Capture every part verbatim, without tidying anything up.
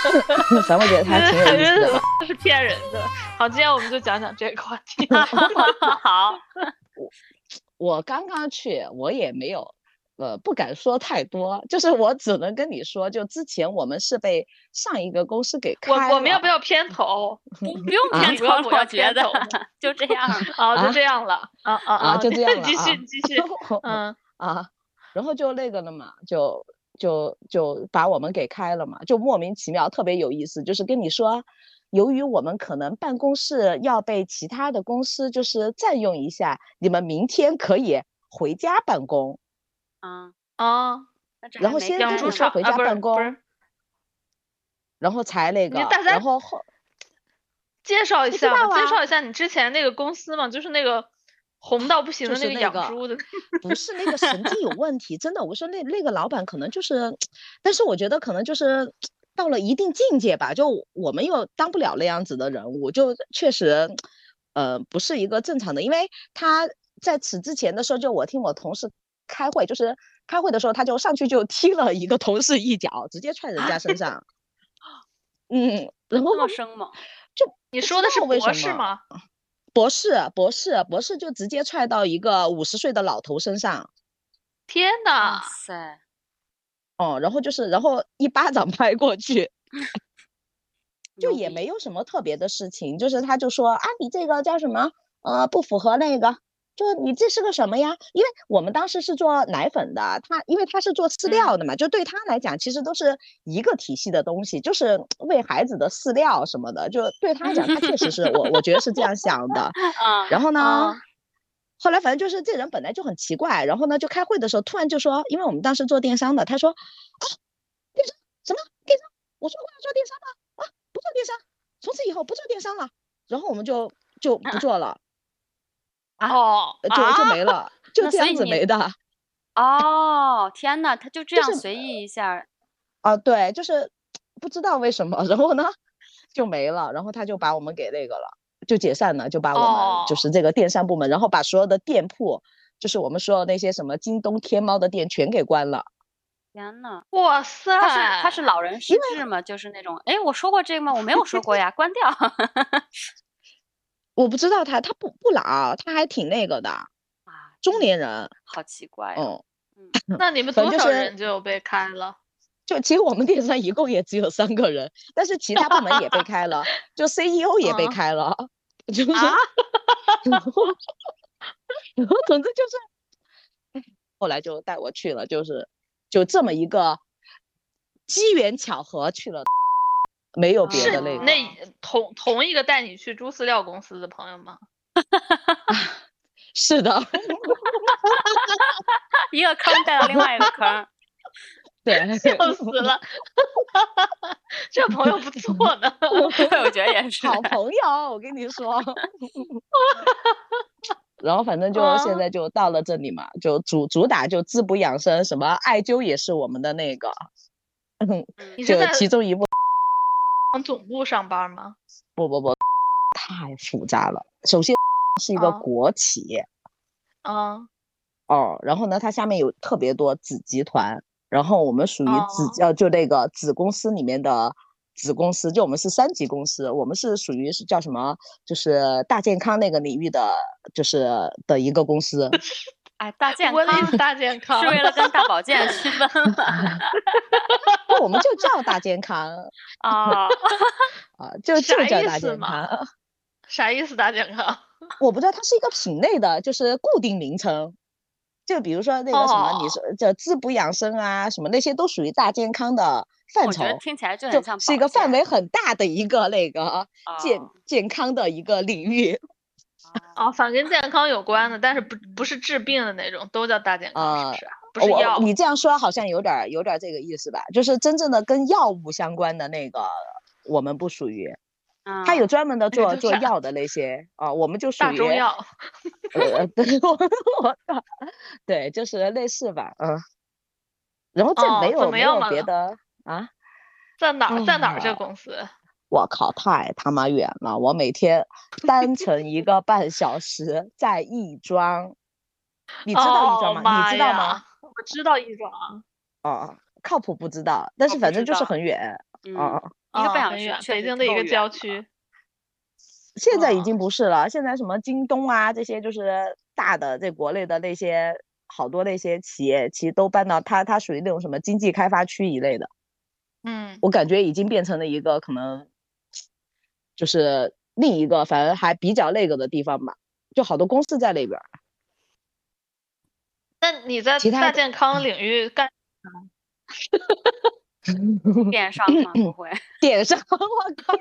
反正我觉得他挺有意思的吧。 是骗人的。好，今天我们就讲讲这个话题。 好， 我刚刚去，我也没有，呃，不敢说太多，就是我只能跟你说，就之前我们是被上一个公司给开了。 我我们要不要偏头？ 不不用偏头了，我觉得就这样。 啊，就这样了。啊啊啊，就这样了。 继续继续。嗯啊，然后就那个了嘛，就就就把我们给开了嘛，就莫名其妙，特别有意思，就是跟你说。由于我们可能办公室要被其他的公司就是占用一下，你们明天可以回家办公。 嗯啊， 然后先跟你说回家办公， 啊、 然后才那个，然后后介绍一下吧， 介绍一下你之前那个公司嘛，就是那个红到不行的那个养猪的， 不是那个神经有问题，真的，我说那那个老板可能就是，但是我觉得可能就是。到了一定境界吧，就我们又当不了那样子的人物，就确实，呃，不是一个正常的。因为他在此之前的时候，就我听我同事开会，就是开会的时候，他就上去就踢了一个同事一脚，直接踹人家身上。嗯，然后那么生猛， 就你说的是博士吗？ 博士，博士，博士就直接踹到一个五十岁的老头身上。 天哪！ 哇塞！ 哦，然后就是，然后一巴掌拍过去，就也没有什么特别的事情，就是他就说啊，你这个叫什么？呃，不符合那个，就你这是个什么呀？因为我们当时是做奶粉的，他因为他是做饲料的嘛，嗯、就对他来讲，其实都是一个体系的东西，就是喂孩子的饲料什么的，就对他讲，他确实是我我觉得是这样想的。然后呢？ 啊后来反正就是这人本来就很奇怪，然后呢就开会的时候突然就说，因为我们当时做电商的，他说啊电商什么电商？我说我要做电商吗？啊不做电商，从此以后不做电商了，然后我们就就不做了。 哦， 就就没了，就这样子没的。 哦，天哪，他就这样随意一下。 啊，对，就是不知道为什么，然后呢就没了，然后他就把我们给那个了。就解散了，就把我们就是这个电商部门， 哦、 然后把所有的店铺，就是我们所有那些什么京东、天猫的店全给关了。 天呐， 哇塞！ 他是他是老人失智吗？就是那种，哎，我说过这个吗？我没有说过呀，关掉。 我不知道他，他不不老，他还挺那个的啊，中年人， 好奇怪哦。 嗯，那你们多少人就被开了？ 就其实我们电商一共也只有三个人，但是其他部门也被开了，就 C E O 也被开了，嗯、就是， 啊、 然后，然后总之就是，后来就带我去了，就是就这么一个机缘巧合去了，没有别的那个。 那同同一个带你去猪饲料公司的朋友吗？ 是的， 一个坑带到另外一个坑。 对， 笑死了，这朋友不错呢。 我觉得也是好朋友，我跟你说。然后反正就现在就到了这里嘛，就主主打就滋补养生，什么艾灸也是我们的那个，就其中一部。 总部上班吗？ 不不不，太复杂了。首先是一个国企， 啊， 哦，然后呢，它下面有特别多子集团。然后我们属于子、哦、就那个子公司里面的子公司，就我们是三级公司，我们是属于是叫什么，就是大健康那个领域的，就是的一个公司。 哎，大健康， 大健康是为了跟大保健区分了。 我们就叫大健康啊啊，就就叫大健康。 啥意思？大健康？ 我不知道，它是一个品类的，就是固定名称。就比如说那个什么，你说这滋补养生啊，什么那些都属于大健康的范畴。 我觉得听起来就很像， 是一个范围很大的一个那个健、哦、健康的一个领域。 哦，反正跟健康有关的，但是不不是治病的那种，都叫大健康， 呃、 是不是？不是药。 你这样说好像有点有点这个意思吧？就是真正的跟药物相关的那个，我们不属于。他有专门的做、嗯、做药的那些啊、呃，我们就属于大中药。 呃，对，我我对，就是类似吧，嗯。然后这没有、 哦、 没有别的啊？ 在哪儿？在哪儿？这公司？ 我靠，太他妈远了！我每天单程一个半小时在亦庄，你知道亦庄吗？ 哦、 你知道吗？ 我知道亦庄。 哦，靠谱不知道，但是反正就是很远。 嗯、 哦， 一个半哦，很远， 小时确北京的一个实够远了。 郊区。 现在已经哦， 不是了，现在什么京东啊这些就是大的这国内的那些好多那些企业，其实都搬到它，它属于那种什么经济开发区一类的， 嗯， 我感觉已经变成了一个可能就是另一个反正还比较那个的地方吧，就好多公司在那边儿， 那你在其他的大健康领域干什么？ 电商吗？不会。 电商，我靠！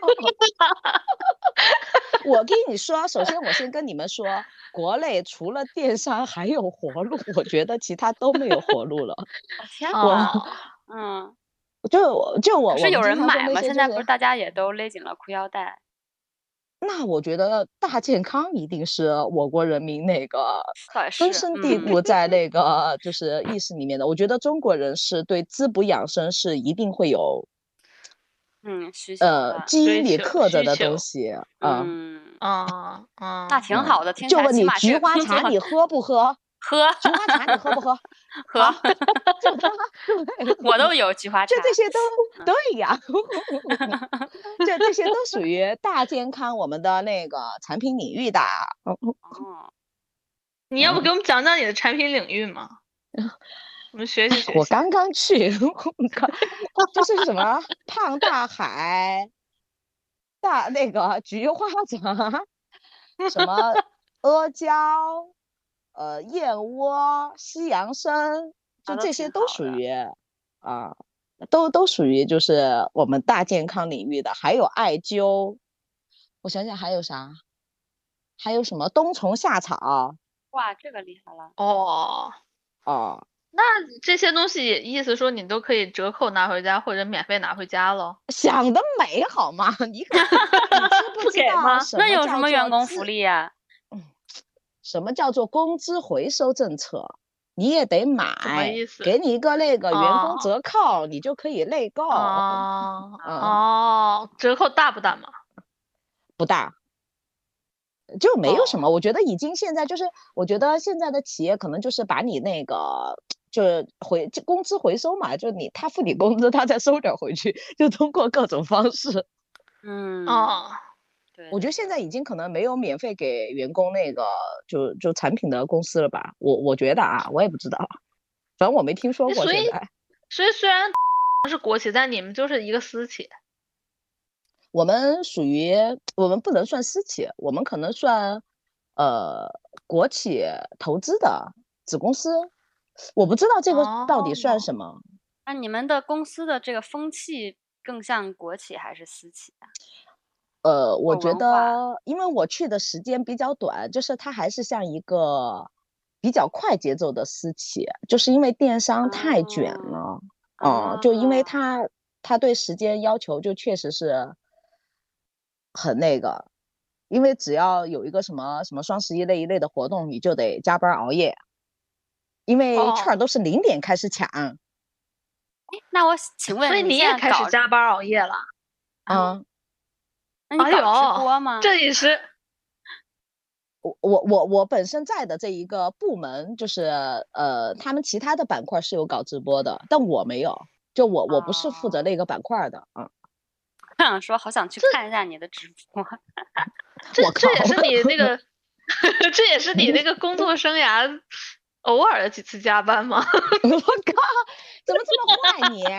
我跟你说，首先我先跟你们说，国内除了电商还有活路，我觉得其他都没有活路了。 我天我哪！ 哦， 嗯， 就就我可是有我们经常说人买吗？ 那些就是现在不是大家也都勒紧了裤腰带？ 那我觉得大健康一定是我国人民那个倒也是， 根深蒂嗯固在那个就是意识里面的。我觉得中国人是对滋补养生是一定会有嗯，需求呃的， 基因里追求需刻着的东求。 西啊。 嗯， 嗯那嗯， 挺好的，听起就问你来起码这菊花个工作茶你喝不喝？ 喝菊花茶你喝不喝？ 喝， 好，就它，对， 我都有菊花茶就。这些都嗯对呀，这这些都属于大健康我们的那个产品领域的。 哦， 你要不给我们讲讲你的产品领域吗？我们学习学习。 我刚刚去，就是什么胖大海、大那个菊花茶，什么阿胶、呃燕窝、西洋参，就那都这些都挺好的。 属于啊，都都属于就是我们大健康领域的，还有艾灸，我想想还有啥？还有什么冬虫夏草哇，这个厉害了。 哦， 啊？ 那这些东西意思说你都可以折扣拿回家或者免费拿回家咯？ 想得美好吗？你可你知不不知道给吗？ 什那有什么叫做么员工资福利呀？ 什么叫做工资回收政策？你也得什么买， 意思？ 给你一个那个员工哦折扣，你就可以内购。 哦嗯， 哦，折扣大不大嘛？ 不大，就没有什哦么。我觉得已经现在就是，我觉得现在的企业可能就是把你那个就是回就工资回收嘛，就你他付你工资，他再收点回去，就通过各种方式。 嗯， 哦， 对， 我觉得现在已经可能没有免费给员工那个就就产品的公司了吧？我我觉得啊，我也不知道，反正我没听说过。 诶所以现在所以虽然是国企，但你们就是一个私企。 我们属于我们不能算私企，我们可能算呃国企投资的子公司，我不知道这个到底算哦， 什么。 那你们的公司的这个风气更像国企还是私企啊？ 呃，我觉或文化？ 得，因为我去的时间比较短，就是它还是像一个比较快节奏的私企，就是因为电商太卷哦， 了，哦、就因为哦， 它它对时间要求就确实是很那个，因为只要有一个什么什么双十一那一类的活动，你就得加班熬夜，因为券儿哦， 都是零点开始抢那我请所以问你你也开始现在搞， 加班熬夜了？ 啊。 哎那你搞直呦， 播吗？ 这也是我我我我本身在的这一个部门，就是呃，他们其他的板块是有搞直播的，但我没有，就我我不是负责哦， 那个板块的啊。 我想说，好想去看一下你的直播。 我靠， 这这也是你那个，这也是你那个工作生涯偶尔的几次加班吗？ 我靠，怎么这么坏你？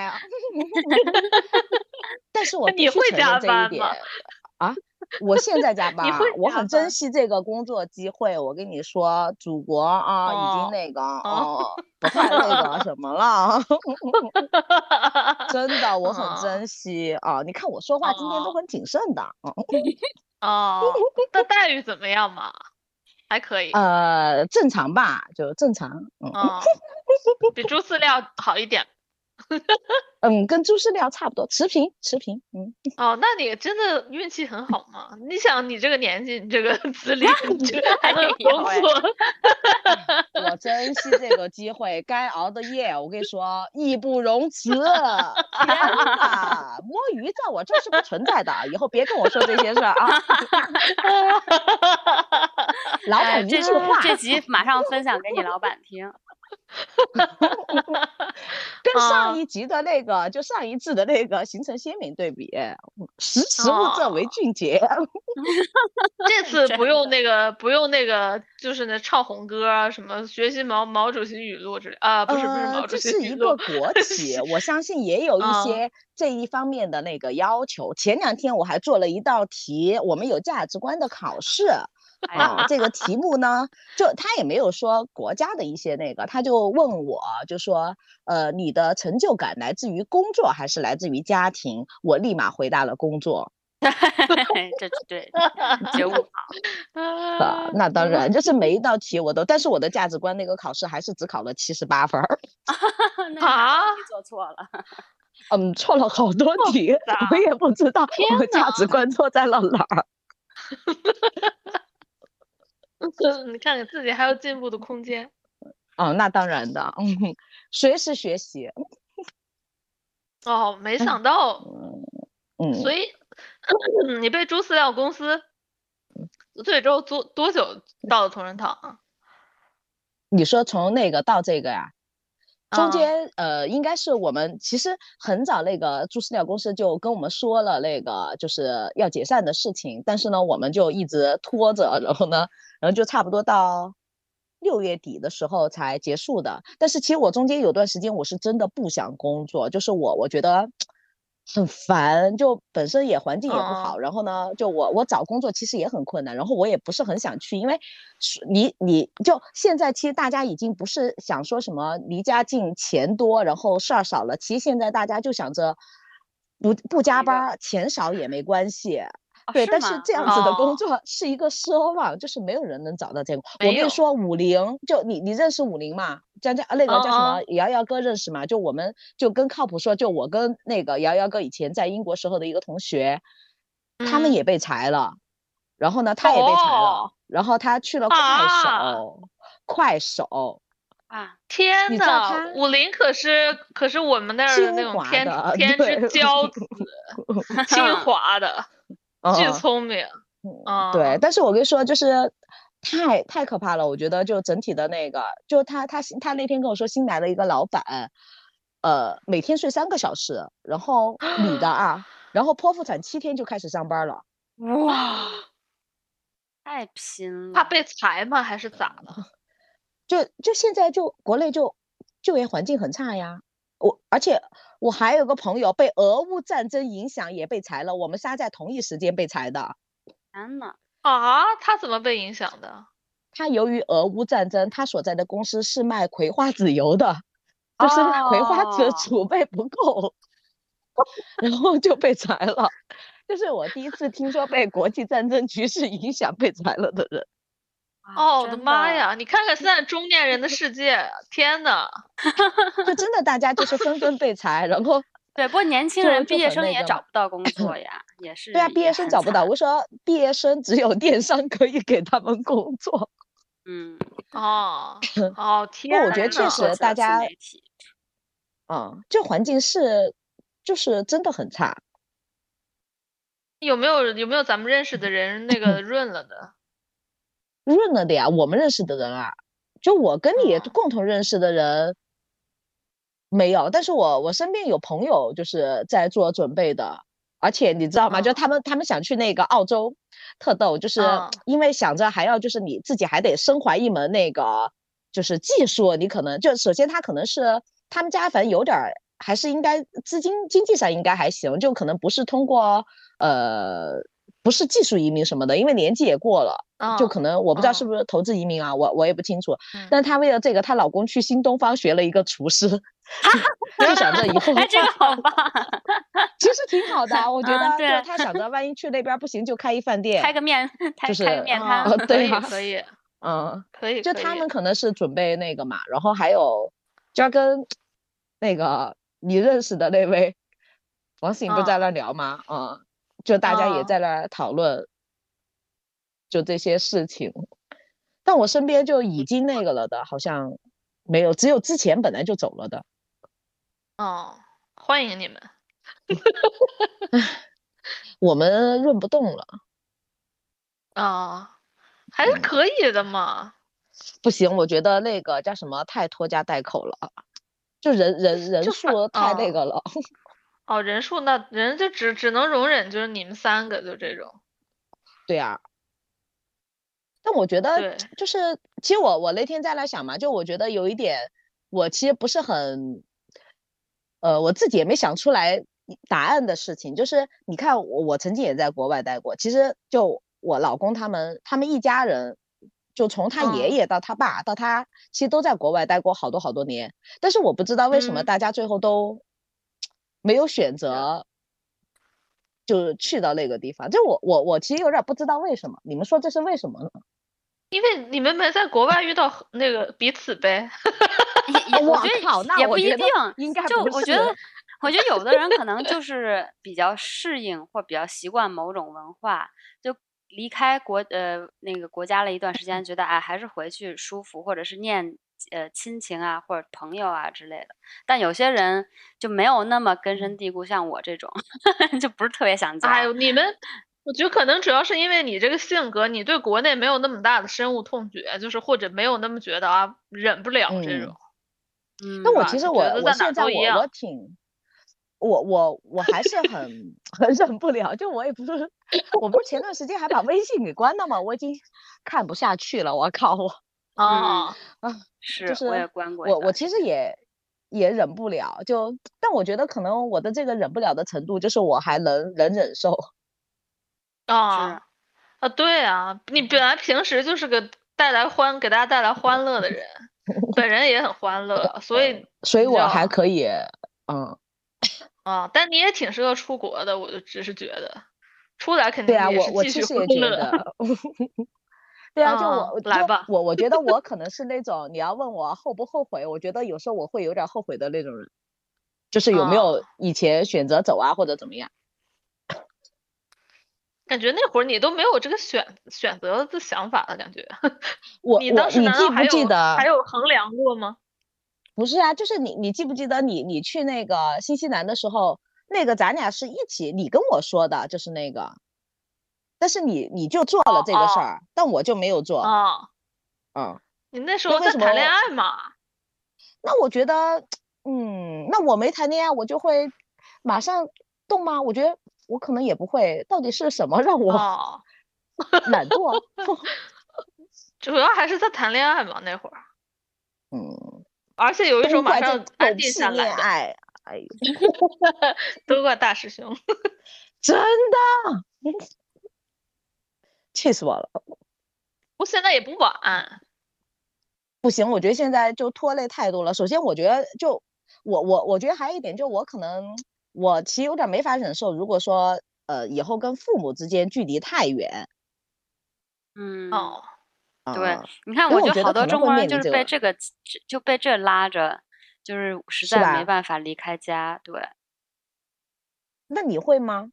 但是我必须你会加承认这一点班吗？ 啊！我现在加你会班，我加很珍班？ 惜这个工作机会。我跟你说，祖国啊，已经哦那个哦， 哦，不太那个什么了。真的，我很哦珍惜啊！你看我说话今天都哦很谨慎的，嗯哦，那待遇怎么样嘛？还可以。 呃，正常吧，就正常，嗯哦，比猪饲料好一点。 嗯，跟猪饲料差不多，持平持平，嗯。 哦，那你真的运气很好嘛？你想，你这个年纪，你这个资历，你这个还能没有哎， 工作？ 我珍惜这个机会，该熬的夜，我跟你说，义不容辞。天哪，摸鱼在我这是不存在的，以后别跟我说这些事儿啊。老哎， 板一这句话， 这集马上分享给你老板听。 跟上啊一集的那个，就上一次的那个形成鲜明对比，识时务者为哦， 俊杰。 这次不真用的那个不用那个，就是那唱红歌啊，什么学习毛毛主席语录之类啊，不是不是呃， 毛主这是一席语录， 个国企， 是我相信也有一啊些这一方面的那个要求。前两天我还做了一道题，我们有价值观的考试。 哎呀， 啊，这个题目呢，就他也没有说国家的一些那个，他就问我，就说，呃，你的成就感来自于工作还是来自于家庭？我立马回答了工作。 这对觉悟好， 啊， 啊， 那当然，就是每一道题我都，但是我的价值观那个考试还是只考了七十八分儿。 那哪啊， 道题做错了？ 嗯，错了好多这么题， 复杂， 我也不知道天我价值呐， 观错在了哪儿。 你看看自己还有进步的空间。 哦，那当然的，嗯，随时学习。 哦，没哎， 想到， 嗯， 所以你被猪饲料公司最后多多久到了同仁堂啊？ 你说从那个到这个呀，中啊， 间呃，应该是我们其实很早那个猪饲料公司就跟我们说了那个就是要解散的事情，但是呢，我们就一直拖着，然后呢，然后就差不多到六月底的时候才结束的。但是其实我中间有段时间我是真的不想工作，就是我我觉得很烦，就本身也环境也不好， 嗯， 然后呢，就我我找工作其实也很困难，然后我也不是很想去，因为是你你就现在其实大家已经不是想说什么离家近钱多，然后事儿少了，其实现在大家就想着不不加一个班，钱少也没关系。 哦， 对， 是吗？ 但是这样子的工哦， 作是一个奢望，就是没有人能找到这个。我没有， 跟你说，五零就你你认识五零嘛？叫叫那个嗯叫什么嗯瑶瑶哥认识嘛？就我们就跟靠谱说，就我跟那个瑶瑶哥以前在英国时候的一个同学，他们嗯， 也被裁了，然后呢，他也被裁了， 哦然后他去了快啊， 手，快手， 啊， 天你知道呐， 他武林可是可是我们那儿的那清种天华的， 天之对， 骄子，清华的，巨嗯。 聪明， 嗯，对， 啊， 但是我跟你说，就是太太可怕了。我觉得就整体的那个，就他他新他那天跟我说新来了一个老板，呃，每天睡三个小时，然后女的啊，然后剖腹产七天就开始上班了。 哇，太拼了， 怕被裁吗？还是咋的？ 就就现在就国内就就业环境很差呀。我而且我还有个朋友被俄乌战争影响也被裁了，我们仨在同一时间被裁的。 天呐， 啊，他怎么被影响的？ 他由于俄乌战争，他所在的公司是卖葵花籽油的，就是葵花籽哦， 储备不够，然后就被裁了。这是我第一次听说被国际战争局势影响被裁了的人。 啊， 哦，我的真的， 妈呀！你看看现在中年人的世界，天呐！ 就真的大家就是纷纷被裁，然后对，不过年轻就就人毕业生很那个嘛。 也找不到工作呀，也对啊， 是也毕业生找不到， 很惨， 我说毕业生只有电商可以给他们工作。 嗯， 哦，哦， 不过我天觉得确当然就做呐！ 实大家， 起了自媒体， 嗯，这环境是就是真的很差。 有没有有没有咱们认识的人那个润了的？ 润了的呀，我们认识的人啊，就我跟你嗯共同认识的人没有，但是我我身边有朋友就是在做准备的，而且你知道吗？就嗯他们他们想去那个澳洲，特逗，就是嗯因为想着还要就是你自己还得身怀一门那个就是技术，你可能就首先他可能是他们家反正有点儿还是应该资金经济上应该还行，就可能不是通过呃不是技术移民什么的，因为年纪也过了。就嗯可能我不知道是嗯不是投资移民啊，我我也不清楚。 嗯， 但她为了这个，她老公去新东方学了一个厨师，就就想着以后哎，这个好棒， 其实挺好的啊，我觉嗯， 得就是对， 她想着万一去那边不行，就开一饭店， 开个面，开就是开个面哦， 摊， 呃可以对啊， 可以嗯， 可以可以， 就他们可能是准备那个嘛，然后还有就要跟那个你认识的那位王醒不在嗯那聊吗？嗯，就大家也嗯在那讨论就这些事情。但我身边就已经那个了的，好像没有，只有之前本来就走了的。 嗯，欢迎你们。 我们润不动了。 啊，还是嗯， 可以的嘛。 不行，我觉得那个叫什么太拖家带口了，就人人人就反数太那哦个了。 哦，人数那人就只只能容忍就是你们三个就这种。 对啊，但我觉得对， 就是，其实我我那天在那想嘛，就我觉得有一点，我其实不是很，呃，我自己也没想出来答案的事情，就是你看我我曾经也在国外待过，其实就我老公他们他们一家人，就从他爷嗯爷到他爸到他，其实都在国外待过好多好多年，但是我不知道为什么嗯， 大家最后都没有选是择。就是去到那个地方，就我我我其实有点不知道为什么，你们说这是为什么呢？ 因为你们没在国外遇到那个彼此呗。 也也，我我觉得靠，那也不一定。 我觉得应该不就我觉得是。， 我觉得有的人可能就是比较适应或比较习惯某种文化，就离开国呃那个国家了一段时间，觉得哎还是回去舒服，或者是念呃亲情啊或者朋友啊之类的。但有些人就没有那么根深蒂固，像我这种就不是特别想家。 哎呦，你们，我觉得可能主要是因为你这个性格，你对国内没有那么大的深恶痛绝，就是或者没有那么觉得啊忍不了这种， 嗯那是吧？ 我其实我就觉得在哪儿我现在都一样。 我我挺，我我我还是很很忍不了，就我也不是，我不是前段时间还把微信给关了吗？我已经看不下去了，我靠我嗯， 啊， 啊，就是我也关过一我我其段时间。 实也也忍不了，就但我觉得可能我的这个忍不了的程度，就是我还能能忍受。 啊是。 啊，对啊，你本来平时就是个带来欢，给大家带来欢乐的人，本人也很欢乐，所以所以我还你知道可以，嗯， 啊，但你也挺适合出国的，我就只是觉得，出来肯对啊， 定也我是继续欢我其实也觉乐。 得，对啊，就啊， 我来吧。 就我我觉得我可能是那种你要问我后不后悔，我觉得有时候我会有点后悔的那种人，就是有没有啊， 以前选择走啊或者怎么样。 感觉那会儿你都没有这个选选择的想法了，感觉。 我你当时难我你记不道还有记得？ 还有衡量过吗？ 不是啊，就是你你记不记得你你去那个新西兰的时候，那个咱俩是一起，你跟我说的，就是那个，但是你你就做哦了这个事哦儿，但我就没有做， 哦， 嗯， 你那时那候在谈恋为什么？ 爱嘛？ 那我觉得，嗯，那我没谈恋爱，我就会马上动吗？我觉得我可能也不会。到底是什么让我哦， 懒惰？ 主要还是在谈恋爱嘛那会儿， 嗯， 而且有一种马都怪这上安定狗屁下来的， 恋爱，哎呦， 都怪大师兄。 真的气死我了！ 不，现在也不晚。 不行，我觉得现在就拖累太多了。首先，我觉得就我我我觉得还有一点，就我可能我其实有点没法忍受，如果说呃以后跟父母之间距离太远， 嗯， 哦， 对， 啊、 你看， 因为我我觉得觉得可能会好多中国人面临这个， 就是被这个就被这拉着，就是实在没是吧？ 办法离开家。对， 那你会吗？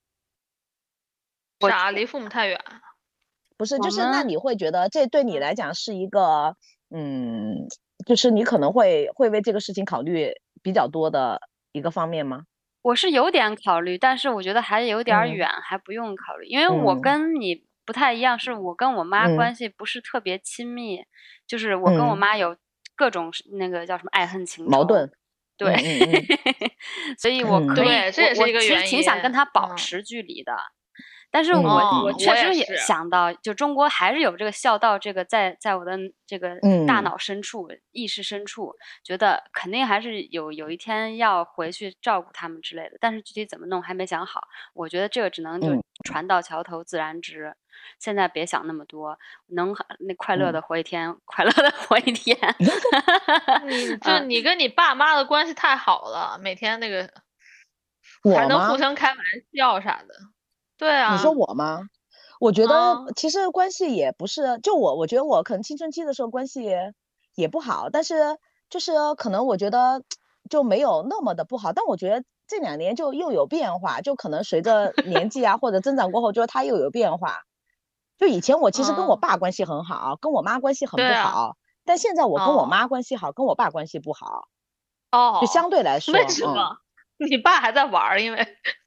啥离父母太远？ 不是，就是那我们你会觉得这对你嗯来讲是一个，嗯，就是你可能会会为这个事情考虑比较多的一个方面吗？ 我是有点考虑，但是我觉得还有点儿嗯远，还不用考虑，因为我嗯跟你不太一样，是我跟我妈嗯关系不是特别亲密，就是我跟我嗯， 妈有各种是那个叫什么爱恨情仇。 矛盾， 对， 嗯嗯嗯所以我可嗯以， 对，这我我也是一个其实挺原因。 想跟她保嗯， 持距离的。但是我我嗯嗯哦， 确实也我也是。 想到，就中国还是有这个孝道，这个在在我的这个大嗯脑深处、意识深处，觉得肯定还是有有一天要回去照顾他们之类的。但是具体怎么弄还没想好，我觉得这个只能就嗯船到桥头自然直。现在别想那么多，能那快乐嗯， 的活一天，快乐的活一天。 你就嗯， 你跟你爸妈的关系太好了，每天那个还能互我吗？ 相开玩笑啥的。对你说啊， 我吗？我觉得啊， 其实关系也不是，就我我觉得我可能青春期的时候关系也不好，但是就是可能我觉得就没有那么的不好，但我觉得这两年就又有变化，就可能随着年纪啊或者增长过后，就是他又有变化。就以前我其实跟我嗯， 爸关系很好，跟我妈关系很对啊， 不好，但现在我跟我哦妈关系好，跟我爸关系不好，就哦， 相对来为说，嗯。 什么？你爸还在玩儿，因为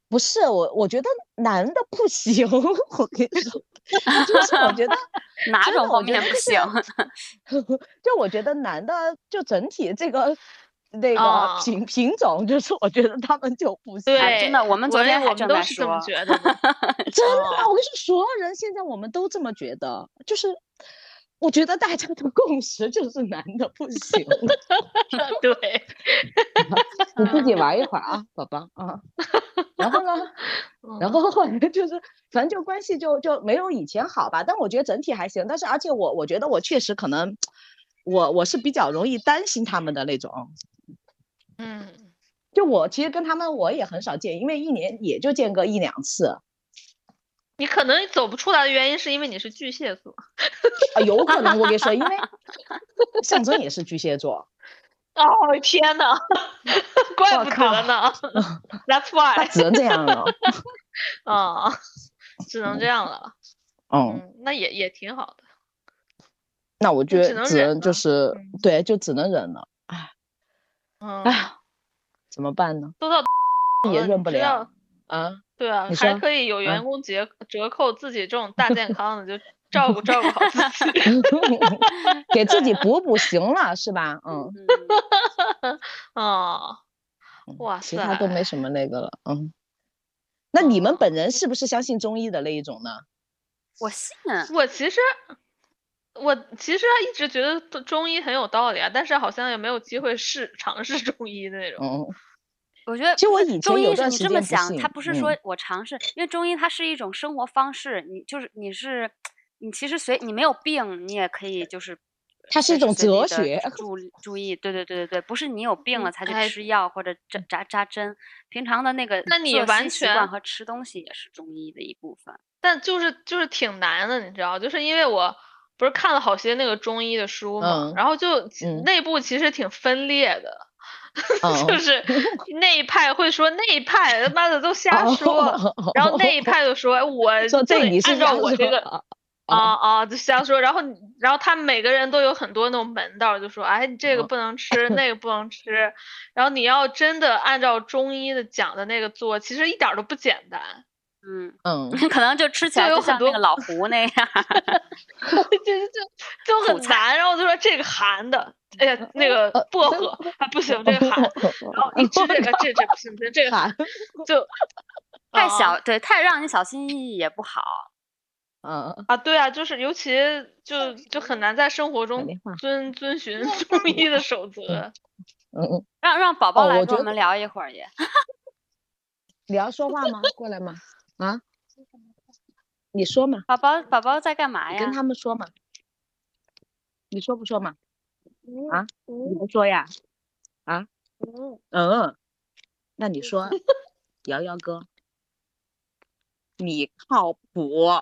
不是我，我觉得男的不行，我跟你说，就是我觉得哪真的， 种方我觉得就面不行？ 是，就我觉得男的就整体这个那个啊， 品品种，就是我觉得他们就不行。 啊，真的， 对， 我们昨我我们天还正在都是这么说， 觉得的。 真的吗？ 哦， 我跟你说，所有人现在我们都这么觉得，就是我觉得大家的共识就是男的不行。 对， 你自己嗯玩一会儿啊，宝宝啊。然后呢，然嗯后后来就是，反正就关系就就没有以前好吧，但我觉得整体还行。但是而且我我觉得我确实可能，我我是比较容易担心他们的那种。 嗯， 就我其实跟他们我也很少见，因为一年也就见个一两次。 你可能走不出来的原因是因为你是巨蟹座。 啊，有可能我跟你说，因为象征也是巨蟹座。 哦天哪，怪不我靠得呢，That's 那 why。 只能这样了。 啊，只能这样了。 嗯， 嗯，那也也挺好的。 那我那只觉得只能忍了。 能就是嗯对，就只能忍了。哎嗯， 哎，怎么办呢？ 都到也了， 忍不了你知道， 啊。 对啊， 你说还可以有啊， 员工节折扣，自己这种大健康的就照顾照顾好自己。 给自己补补行了是吧？嗯， 嗯， 啊， 嗯哇其他都没塞， 什么那个了。嗯，那你们嗯， 本人是不是相信中医的那一种呢？ 我信， 我其实我其实一直觉得中中医很有道理啊，但是好像也没有机会试尝试中医的那种。 嗯， 我觉得其实我不是以前有中医是你段时间不这么想，它信。 不是说嗯， 我尝试，因为中医它是一种生活方式，你就是你是你其实随你没有病，你也可以就是它是一种随时随地的哲学。 注注意，对对对对对，不是你有病了才去哎， 吃药或者扎扎扎针，平常的那个那你作息完全习惯和吃东西也是中医的一部分。 但就是就是挺难的，你知道，就是因为我不是看了好些那个中医的书嘛， 嗯然后就其嗯内部其实挺分裂的，就嗯是那一派会说那一派他妈的都瞎说，然后那一派就说哎我说就得这你是按照瞎说我这个啊啊啊啊就瞎说，然后你然后他们每个人都有很多那种门道，就说哎你这个嗯不能吃，那个不能吃，然后你要真的按照中医的讲的那个做，其实一点儿都不简单。 嗯， 嗯， 可能就吃起就来有很多就像那个老胡那样。 就是就就苦菜很难，然后就说这个寒的，哎呀，那个呃薄真的荷啊不行，这个寒，然后你吃这个这这不行不行，这个寒，就啊太小，对，太让你小心翼翼也不好。 嗯， 啊对啊，就是尤其就就很难在生活中打电话。 遵遵循中医的守则。 嗯嗯， 让让宝宝哦， 来我觉得跟我们聊一会儿也。 你要说话吗？过来吗？啊，你说嘛， 宝宝宝宝在干嘛你跟呀？ 他们说嘛，你说不说嘛？ 嗯啊，你不说呀？啊， 嗯， 嗯，那你说，瑶瑶哥，你靠谱。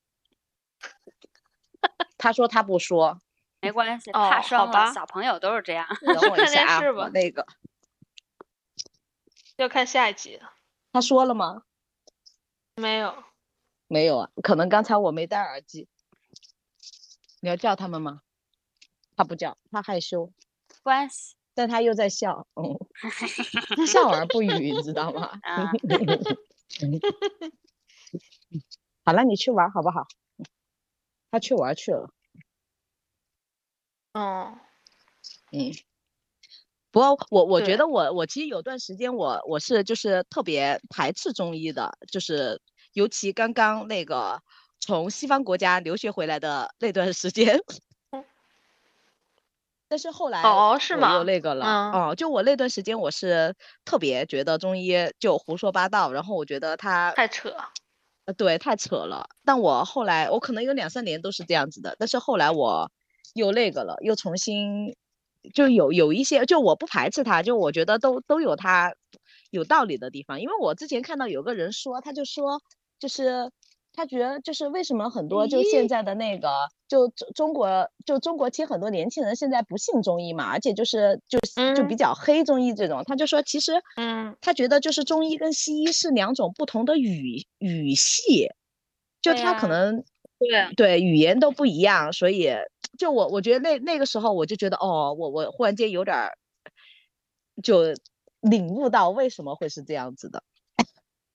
他说他不说， 没关系，怕哦， 生了， 好吧， 小朋友都是这样。 那等就看我一下啊， 电视吧， 我那个要看下一集。 他说了吗？ 没有， 没有啊，可能刚才我没戴耳机。你要叫他们吗？他不叫，他害羞， 关系但他又在笑，嗯，笑而不语，你知道吗？ 啊， 好了，你去玩好不好？他去玩去了， 嗯， 嗯。不过我我觉对， 得我我其实有段时间我我是就是特别排斥中医的，就是尤其刚刚那个从西方国家留学回来的那段时间。但是后来哦，是我又吗？ 那个了， 嗯， 哦，就我那段时间我是特别觉得中医就胡说八道，然后我觉得他， 太扯。 呃，对，太扯了。但我后来我可能有两三年都是这样子的，但是后来我又那个了，又重新就有有一些，就我不排斥他，就我觉得都都有他有道理的地方。因为我之前看到有个人说，他就说就是他觉得就是为什么很多就现咦， 在的那个就中中国就中国其实很多年轻人现在不信中医嘛，而且就是就就比嗯较黑中医这种，他就说其实嗯， 他觉得就是中医跟西医是两种不同的语语系，就他可对呀， 能对啊， 对语言都不一样，所以就我我觉得那那个时候我就觉得哦，我我忽然间有点儿就领悟到为什么会是这样子的。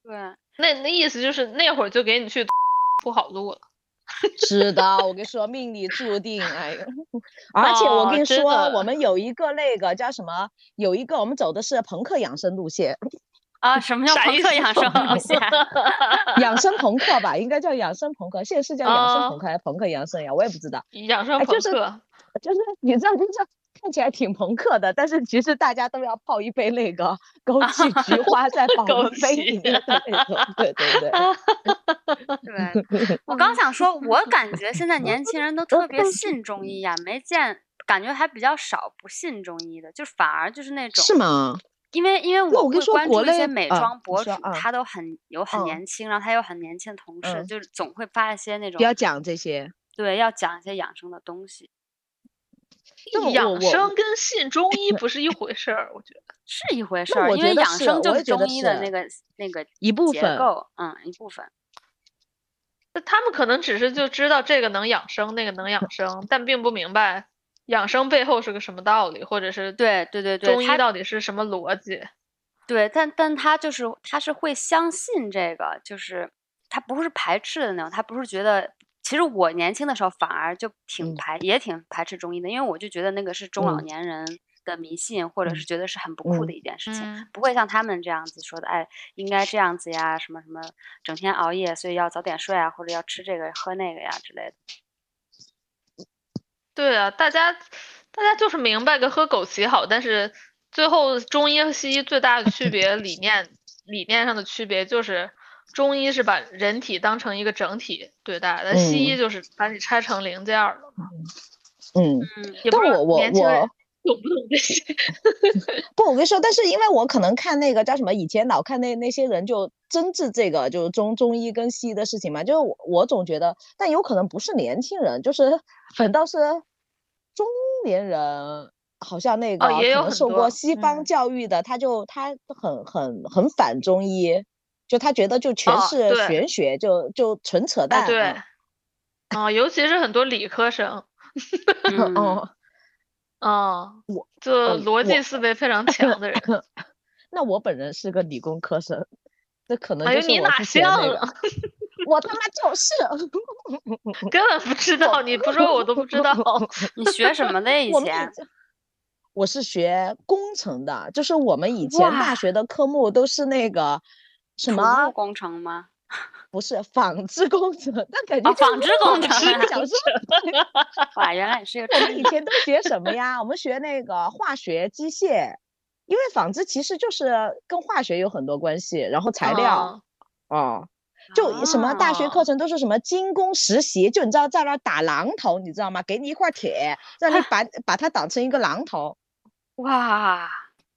对， 那那意思就是那会儿就给你去铺好路了。 是的，我跟你说，命里注定，哎呦！而且我哦， 跟你说， 真的我们有一个那个叫什么，有一个我们走的是朋克养生路线。 啊，什么叫朋啥意思？ 克养生路线？ 养生朋克吧，应该叫养生朋克，现在是叫养生朋克哦， 还是朋克养生呀？我也不知道。 养生哎，就是朋克。 就是你知道，就是看起来挺朋克的，但是其实大家都要泡一杯那个枸杞菊花在保温杯里面的那种，对对对。 对，我刚想说，我感觉现在年轻人都特别信中医呀，没见，感觉还比较少不信中医的，就反而就是那种， 是吗？ 因为因为我那我跟你说， 会关注一国内些美啊， 妆博主， 你说啊， 他都很有很嗯年轻，然后他有很年轻的同事， 嗯， 就是总会发一些那种， 不要讲这些。 对，要讲一些养生的东西， 但我养我生跟信中医不是一回事儿，我觉得。 是一回事儿， 那我因为养觉得是， 生就是我也觉得中医的是那个那个一部分。 结构，嗯，一部分。 那他们可能只是就知道这个能养生，那个能养生，但并不明白养生背后是个什么道理，或者是对对对对，他中医到底是什么逻辑。 对，但但他就是他是会相信这个，就是他不是排斥的那种，他不是觉得。其实我年轻的时候反而就挺嗯排，也挺排斥中医的，因为我就觉得那个是中老嗯年人的迷信，或者是嗯觉得是很不酷的嗯一件事情， 嗯， 不会像他们这样子说的，哎，应该这样子呀，什么什么，整天熬夜，所以要早点睡啊，或者要吃这个喝那个呀之类的。 对啊，大家大家就是明白个喝枸杞好，但是最后中医和西医最大的区别理念理念上的区别就是中医是把人体当成一个整体对待的，西医嗯就是把你拆成零件儿了嘛。 嗯， 嗯， 也不知道但我我年轻人我懂不懂这些。 不，我跟你说，但是因为我可能看那个叫什么，以前老看那那些人就争执这个就是中中医跟西医的事情嘛，就是我我总觉得，但有可能不是年轻人，就是反倒是中年人，好像那哦， 个也有可能受过很多， 西方嗯， 教育的，他就他很很很反中医，就他觉得就全哦， 是对， 玄学，就就纯扯哎， 淡对， 啊。 啊，尤其是很多理科生， 嗯， 哦， 啊， 我就嗯我逻辑思维非常强的人。 那我本人是个理工科生，这可能哎呦，你哪就是我之前那个， 像啊？ 我他妈就是根本不知道，你不说我都不知道。 你学什么的以我们以前？ 前我是学工程的，就是我们以前大哇， 学的科目都是那个什土木么， 工程吗？ 不是纺织工程，那感觉啊， 就纺织工程是啊！ 想说， 哇，原来你是个我们专业。 以前都学什么呀？我们学那个化学、机械，因为纺织其实就是跟化学有很多关系，然后材料， 啊哦。就什么大学课啊， 程都是什么精工实习，就你知道在那儿打榔头，你知道吗？给你一块铁，让你把把它当成一个榔头。 哇，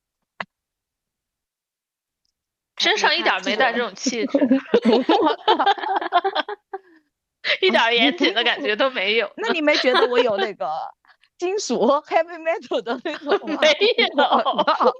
身上一点儿没带这种气质，一点儿严谨的感觉都没有。 那你没觉得我有那个金属 heavy metal 的那种吗？ 没有，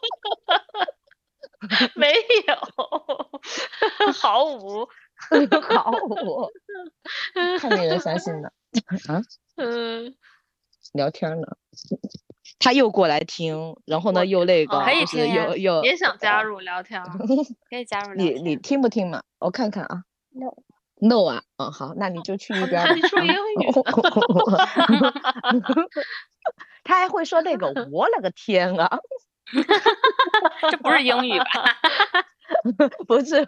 没有，毫无。 好，我太令人伤心了啊！ 嗯， 聊天呢，他又过来听，然后呢我又那个， 哦可以就是听呀又又也想加入聊天儿。 可以加入聊你你天。 听不听嘛？我看看啊。 No No 啊，嗯好，那你就去一边吧。 那你说英语他还会说那个，我勒个天啊！ 这不是英语吧？ 不是。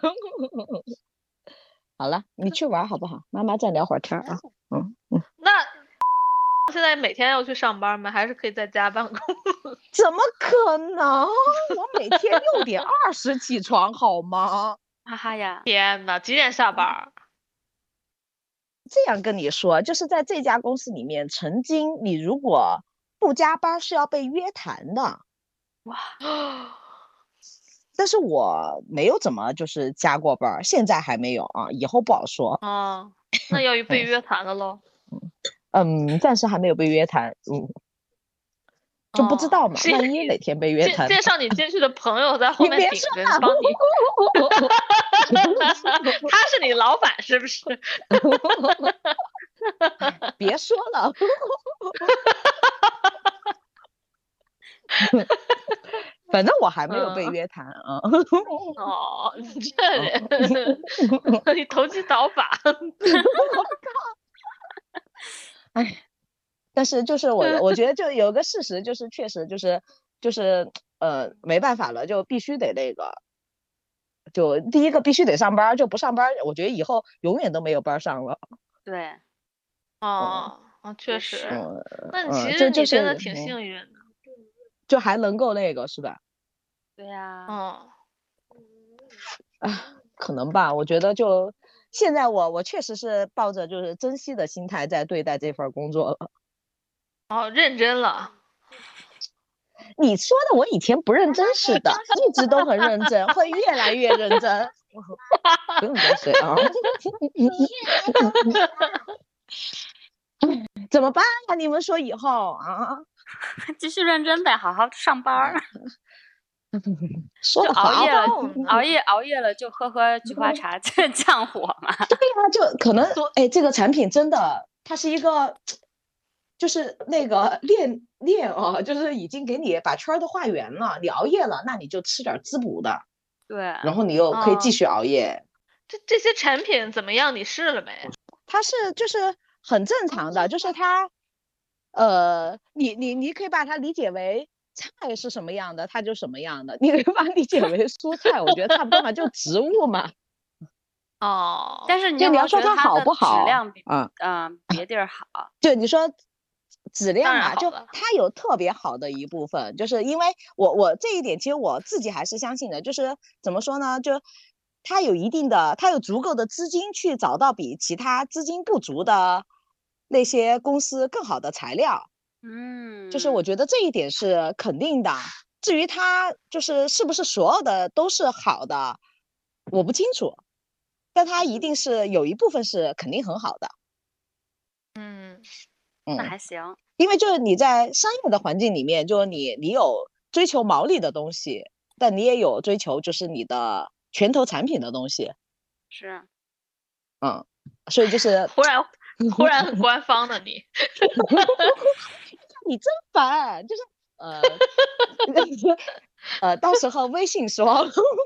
好了，你去玩好不好？妈妈再聊会儿天啊。嗯嗯。 那现在每天要去上班吗？还是可以在家办公？ 怎么可能？我每天六点二十起床好吗？ 哈哈呀， 天呐，几点下班？ 这样跟你说，就是在这家公司里面，曾经你如果不加班是要被约谈的。 哇， 但是我没有怎么就是加过班，现在还没有啊，以后不好说。 哦，那要被约谈了喽。 嗯，暂时还没有被约谈，嗯，就不知道嘛， 哦是因为万一哪天被约谈。 介介绍你进去的朋友在后你面顶着别说了帮你，他是你老板是不是？ 别说了。 反正我还没有被嗯约谈啊。 哦，你这人，你投机倒把。 哎，但是就是我我觉得就有个事实，就是确实就是就是呃没办法了，就必须得那个，就第一个必须得上班，就不上班，我觉得以后永远都没有班上了。 对， 哦，哦，确也实。 是嗯那嗯， 其实这就是你真的挺嗯幸运的。 就还能够那个是吧？ 对呀、 嗯， 啊，可能吧，我觉得就现在我我确实是抱着就是珍惜的心态在对待这份工作了。 哦，认真了。 你说的我以前不认真似的，一直都很认真，会越来越认真。不用再睡啊。怎么办呀？你们说以后啊？ 继续认真呗，好好上班儿。就说的好， 熬夜了， 嗯熬夜熬夜了就喝喝菊花茶降火嘛。 对呀、就可能哎，这个产品真的它是一个，就是那个练练啊，就是已经给你把圈儿都画圆了。你熬夜了，那你就吃点滋补的， 对， 然后你又可以继哦续熬夜。 这这些产品怎么样？你试了没？ 它是就是很正常的，就是它，呃，你你你可以把它理解为菜是什么样的，它就什么样的；你可以把它理解为蔬菜，我觉得差不多嘛，就植物嘛。 哦， 但是你就你有没有要说它好觉得它的质不好量比啊？ 嗯、别地儿好？ 就你说质量啊，就当然好了。 它有特别好的一部分，就是因为我我这一点其实我自己还是相信的，就是怎么说呢，就它有一定的，它有足够的资金去找到比其他资金不足的那些公司更好的材料， 嗯， 就是我觉得这一点是肯定的。至于它就是是不是所有的都是好的，我不清楚，但它一定是有一部分是肯定很好的。 嗯， 那嗯， 还行。 因为就是你在商业的环境里面，就是你你有追求毛利的东西，但你也有追求就是你的拳头产品的东西。 是， 嗯，所以就是忽然忽然很官方的你。 你真烦，就是呃呃，到时候微信说。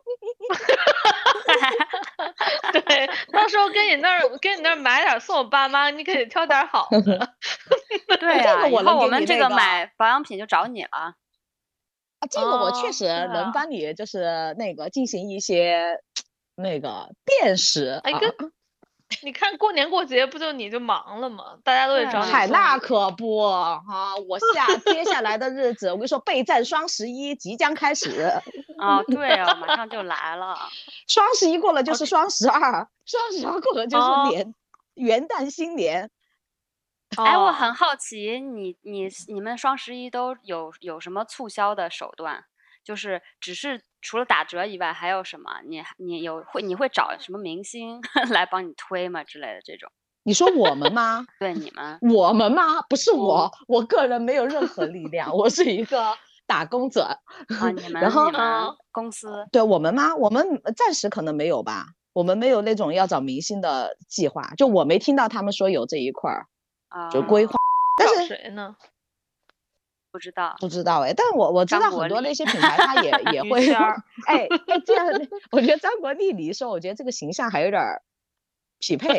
对，到时候跟你那儿跟你那儿买点儿送我爸妈，你可得挑点儿好的。 对呀、以这个我能后我们这给你那个个买保养品就找你了。 啊，这个我确哦实对啊能帮你，就是那个进行一些那个辨识哎， 啊。 跟你看过年过节不就你就忙了吗？大家都得对啊找你嗨， 送礼。 那可不哈、我下接下来的日子，我跟你说，备战双十一即将开始。 哦，对哦，马上就来了。 双十一过了就是双十二，双十二过了就是哦年、元旦新年。 哎，我很哦， 好奇，你你你们双十一都有有什么促销的手段？就是只是除了打折以外，还有什么？你你有会你会找什么明星来帮你推吗之类的这种？ 你说我们吗？ 对你们， 我们吗？不是我， 嗯我个人没有任何力量，我是一个打工者。 啊，你然后们你们嗯公司对我们吗？我们暂时可能没有吧，我们没有那种要找明星的计划，就我没听到他们说有这一块儿，就啊， 规划。但找是谁呢？ 不知道不知道哎，但我我知道张国立很多那些品牌它也也于会谦儿， 哎哎这样，我觉得张国立你一说，我觉得这个形象还有点儿匹配。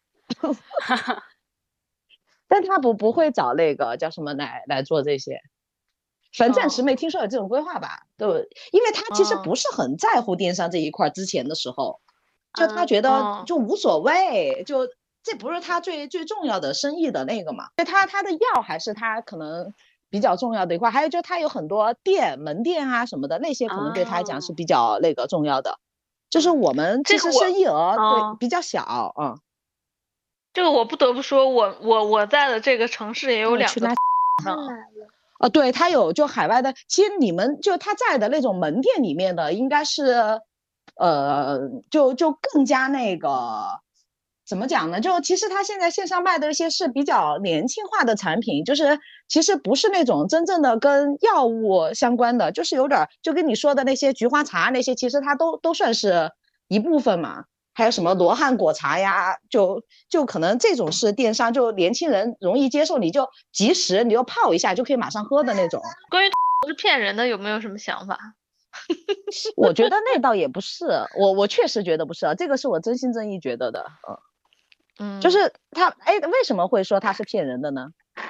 但他不不会找那个叫什么来来做这些，反正暂时哦没听说有这种规划吧。对，因为他其实哦不是很在乎电商这一块儿，之前的时候，就他嗯觉得哦就无所谓，就这不是他最最重要的生意的那个嘛。对他他的药还是他可能比较重要的一块，还有就他有很多店门店啊什么的，那些可能对他来讲是哦比较那个重要的。就是嗯我们其实这个我生意额对哦比较小啊。 这个我不得不说，我我我在的这个城市也有两个我去拉呢。 哦，对，他有就海外的，其实你们就他在的那种门店里面的，应该是，呃，就就更加那个，怎么讲呢？就其实他现在线上卖的一些是比较年轻化的产品，就是其实不是那种真正的跟药物相关的，就是有点儿就跟你说的那些菊花茶那些，其实它都都算是一部分嘛。还有什么罗汉果茶呀，就就可能这种是电商，就年轻人容易接受，你就及时你就泡一下就可以马上喝的那种。 关于是骗人的，有没有什么想法？ 我觉得那倒也不是，我我确实觉得不是啊，这个是我真心真意觉得的，嗯， 嗯， 就是他，哎，为什么会说他是骗人的呢？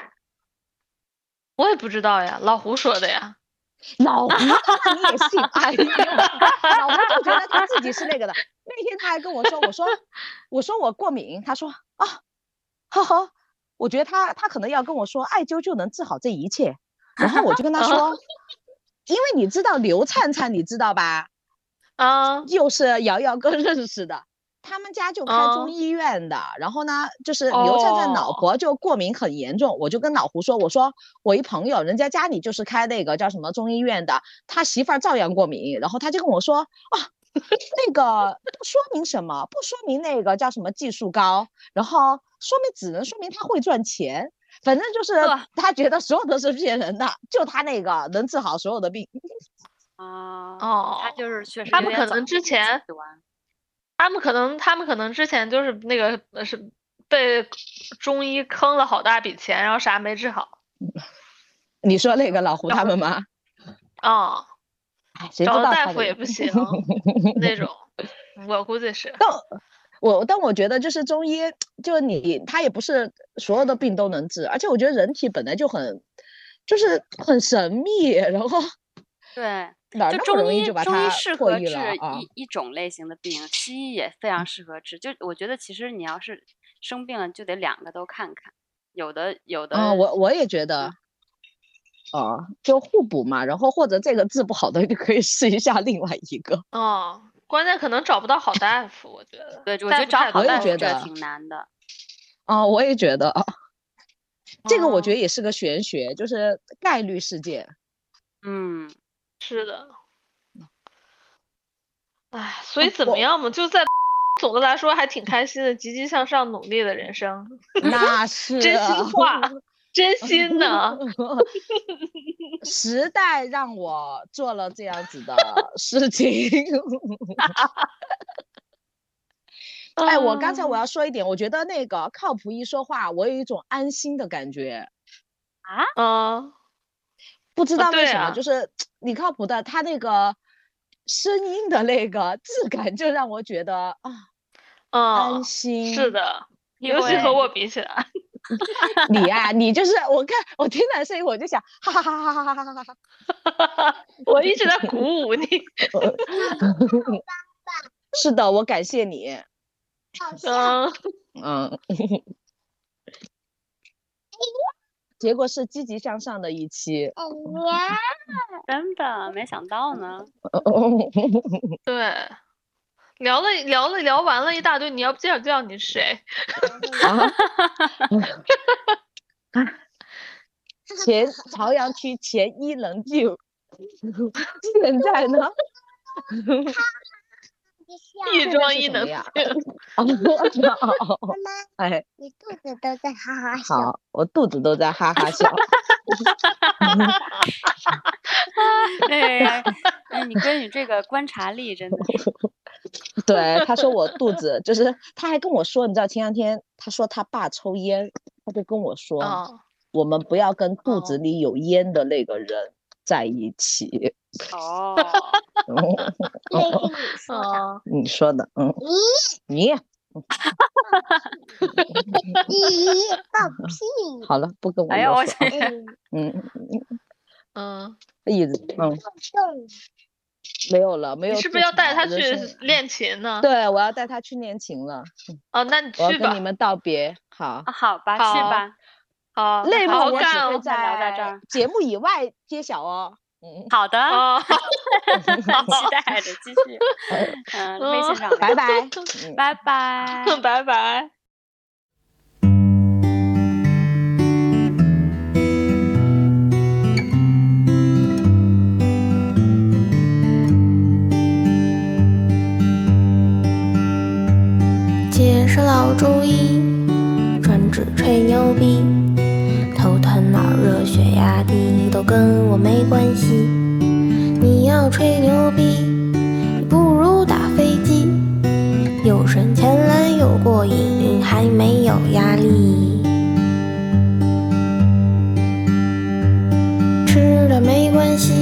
我也不知道呀，老胡说的呀。 老胡你也信？哎呦，老胡就觉得他自己是那个的。那天他还跟我说，我说我说我过敏，他说啊，呵呵，我觉得他他可能要跟我说艾灸就能治好这一切，然后我就跟他说，因为你知道刘灿灿，你知道吧？ 啊， 就是瑶瑶哥认识的。他们家就开中医院的，然后呢，就是刘灿灿老婆就过敏很严重，我就跟老胡说，我说我一朋友，人家家里就是开那个叫什么中医院的，他媳妇儿照样过敏，然后他就跟我说啊，那个不说明什么，不说明那个叫什么技术高，然后说明只能说明他会赚钱，反正就是他觉得所有都是骗人的，就他那个能治好所有的病。 啊， 哦， 他就是确实他们可能之前。他们可能，他们可能之前就是那个是被中医坑了好大笔钱，然后啥没治好。 你说那个老胡他们吗？ 啊、 哦，找大夫也不行那种，我估计是。 但我但我觉得就是中医，就你他也不是所有的病都能治，而且我觉得人体本来就很就是很神秘，然后对。 哪那么容易就把它破译了啊？一一种类型的病，西医也非常适合治。就我觉得，其实你要是生病了，就得两个都看看。有的有的， 啊、哦，我我也觉得，哦、嗯呃，就互补嘛。然后或者这个治不好的，就可以试一下另外一个。 哦，关键可能找不到好大夫，我觉得。 对，我觉得找好大夫这挺难的。 哦，我也觉得啊，这个我觉得也是个玄学，就是概率事件。 嗯。 是的，哎，所以怎么样嘛？就在总的来说还挺开心的，积极向上，努力的人生。 那是真心话，真心的。 时代让我做了这样子的事情。哎，我刚才我要说一点，我觉得那个靠谱一说话，我有一种安心的感觉。 啊？ 嗯。 不知道为什么， 啊啊、 就是你靠谱的，他那个声音的那个质感，就让我觉得啊， 嗯、 安心。 是的，尤其和我比起来， 你啊，你就是我看我听到声音，我就想哈哈哈哈哈哈哈哈哈， 我一直在鼓舞你。 是的，我感谢你。 嗯嗯。结果是积极向上的一期， 真的没想到呢。 对，聊了聊了聊完了一大堆，你要不介绍介绍你是谁？ 前朝阳区前一能救，现在呢？ 一装一能呀。 妈妈，哎，你肚子都在哈哈笑。 好，我肚子都在哈哈笑。 哎，哎，你闺女这个观察力真的是。 对，他说我肚子就是，他还跟我说，你知道前两天他说他爸抽烟，他就跟我说， 哦、 我们不要跟肚子里有烟的那个人在一起。 哦。 哦， 你说的，嗯，你，你， 你放屁！ 好了，不跟我哎呀，我去，嗯嗯， 椅子，嗯，没有了，没有。 你是不是要带他去练琴呢？ 对，我要带他去练琴了。 哦，那你去吧。 我要跟你们道别，好， 好吧，去吧。 好， 内幕我只会在节目以外揭晓哦。 嗯，好的， 哦、 期待着继续。嗯，微信上， 拜拜， 拜拜， 拜拜。 接受老中医，专治吹牛逼。头疼脑热血压低都跟我没关系，你要吹牛逼，你不如打飞机，有生钱来又过瘾，还没有压力。吃的没关系，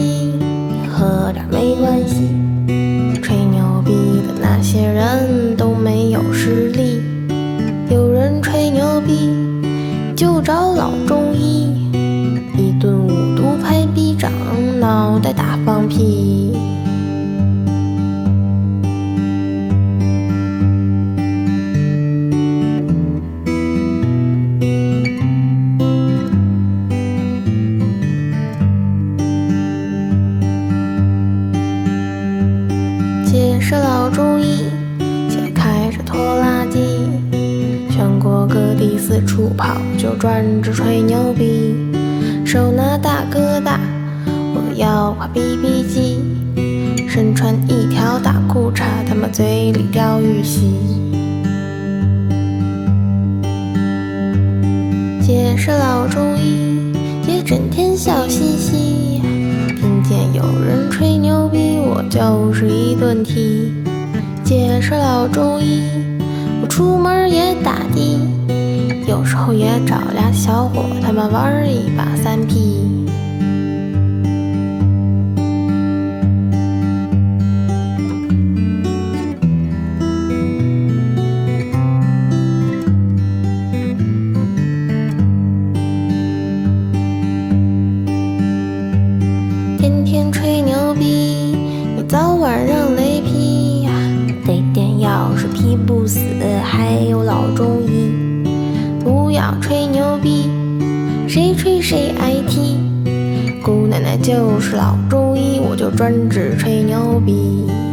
脑袋大放屁。结识老中医，且开着拖拉机，全国各地四处跑，就专职吹牛逼。手拿大哥大，我要画 B B 机，身穿一条大裤衩，他妈嘴里钓鱼戏。结识老中医，也整天笑嘻嘻，听见有人吹牛逼，我就是一顿踢。结识老中医，我出门也打的，有时候也找俩小伙，他们玩一把三 P。天天吹牛逼，你早晚让雷劈呀！雷电要是劈不死，还有老中医。不要吹牛逼，谁吹谁挨踢。姑奶奶就是老中医，我就专治吹牛逼。